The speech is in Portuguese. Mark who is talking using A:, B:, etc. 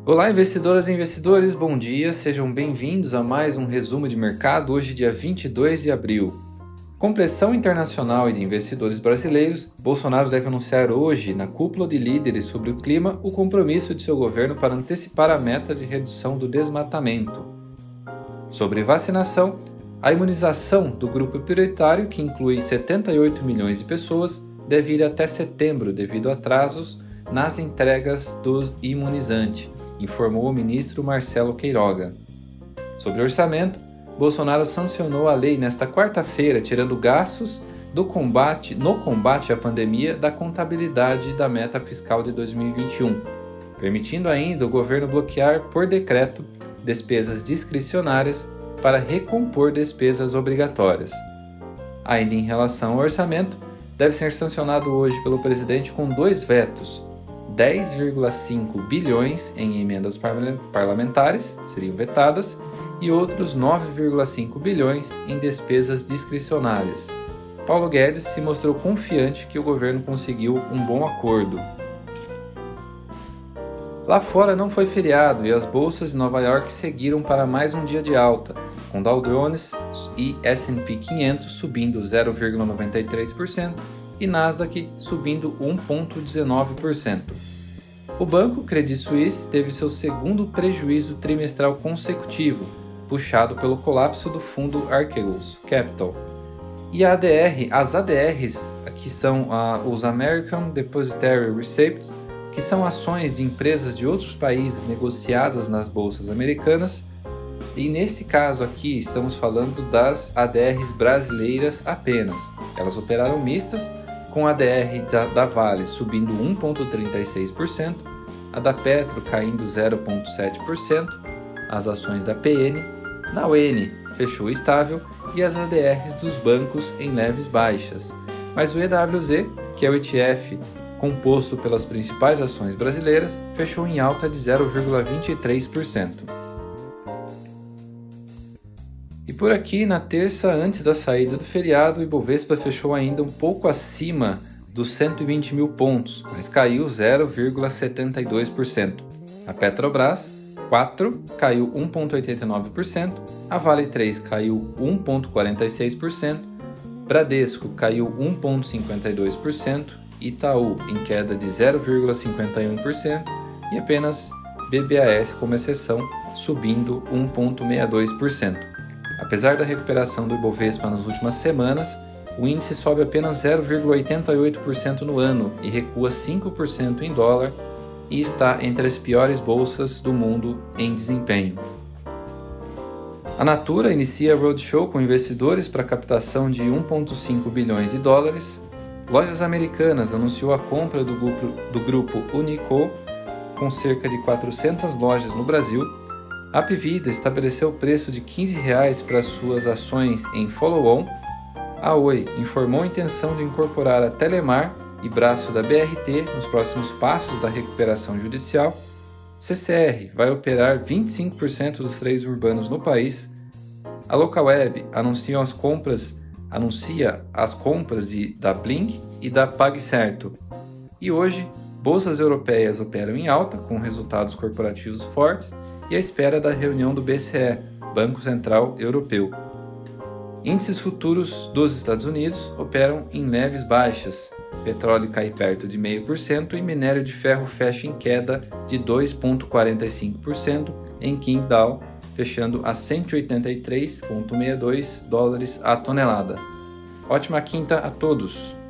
A: Olá, investidoras e investidores, bom dia, sejam bem-vindos a mais um resumo de mercado, hoje dia 22 de abril. Com pressão internacional e de investidores brasileiros, Bolsonaro deve anunciar hoje, na cúpula de líderes sobre o clima, o compromisso de seu governo para antecipar a meta de redução do desmatamento. Sobre vacinação, a imunização do grupo prioritário, que inclui 78 milhões de pessoas, deve ir até setembro devido a atrasos nas entregas do imunizante, informou o ministro Marcelo Queiroga. Sobre orçamento, Bolsonaro sancionou a lei nesta quarta-feira, tirando gastos no combate à pandemia da contabilidade da meta fiscal de 2021, permitindo ainda o governo bloquear por decreto despesas discricionárias para recompor despesas obrigatórias. Ainda em relação ao orçamento, deve ser sancionado hoje pelo presidente com 2 vetos: 10,5 bilhões em emendas parlamentares seriam vetadas e outros 9,5 bilhões em despesas discricionárias. Paulo Guedes se mostrou confiante que o governo conseguiu um bom acordo. Lá fora não foi feriado e as bolsas de Nova York seguiram para mais um dia de alta, com Dow Jones e S&P 500 subindo 0,93% e Nasdaq subindo 1,19%. O banco Credit Suisse teve seu segundo prejuízo trimestral consecutivo, puxado pelo colapso do fundo Archegos Capital. E as ADRs, que são os American Depositary Receipts, que são ações de empresas de outros países negociadas nas bolsas americanas, e nesse caso aqui estamos falando das ADRs brasileiras apenas. Elas operaram mistas, com a ADR da Vale subindo 1,36%, a da Petro caindo 0,7%, as ações da PN, na UN fechou estável e as ADRs dos bancos em leves baixas. Mas o EWZ, que é o ETF composto pelas principais ações brasileiras, fechou em alta de 0,23%. E por aqui, na terça, antes da saída do feriado, o Ibovespa fechou ainda um pouco acima dos 120 mil pontos, mas caiu 0,72%. A Petrobras, 4, caiu 1,89%, a Vale 3 caiu 1,46%, Bradesco caiu 1,52%, Itaú em queda de 0,51% e apenas BBAS, como exceção, subindo 1,62%. Apesar da recuperação do Ibovespa nas últimas semanas, o índice sobe apenas 0,88% no ano e recua 5% em dólar e está entre as piores bolsas do mundo em desempenho. A Natura inicia roadshow com investidores para captação de 1,5 bilhões de dólares. Lojas Americanas anunciou a compra do grupo Unico, com cerca de 400 lojas no Brasil. A Apvida estabeleceu o preço de R$ 15 para suas ações em follow-on. A Oi informou a intenção de incorporar a Telemar e braço da BRT nos próximos passos da recuperação judicial. CCR vai operar 25% dos trens urbanos no país. A Localweb anuncia as compras da Blink e da PagCerto. E hoje, bolsas europeias operam em alta, com resultados corporativos fortes e à espera da reunião do BCE, Banco Central Europeu. Índices futuros dos Estados Unidos operam em leves baixas. Petróleo cai perto de 0,5% e minério de ferro fecha em queda de 2,45% em Qingdao, fechando a 183,62 dólares a tonelada. Ótima quinta a todos!